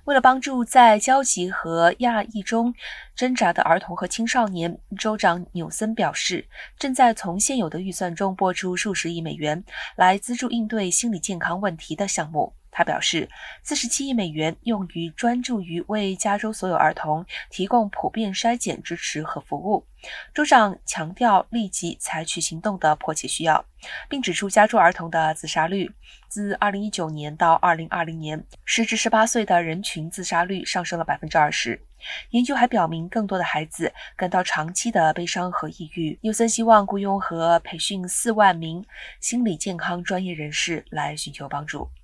为了帮助在焦急和压抑中挣扎的儿童和青少年，州长纽森表示，正在从现有的预算中拨出数十亿美元来资助应对心理健康问题的项目。他表示，47亿美元用于专注于为加州所有儿童提供普遍筛检支持和服务。州长强调立即采取行动的迫切需要，并指出加州儿童的自杀率自2019年到2020年，10至18岁的人群自杀率上升了20%。研究还表明，更多的孩子感到长期的悲伤和抑郁。纽森希望雇佣和培训4万名心理健康专业人士来寻求帮助。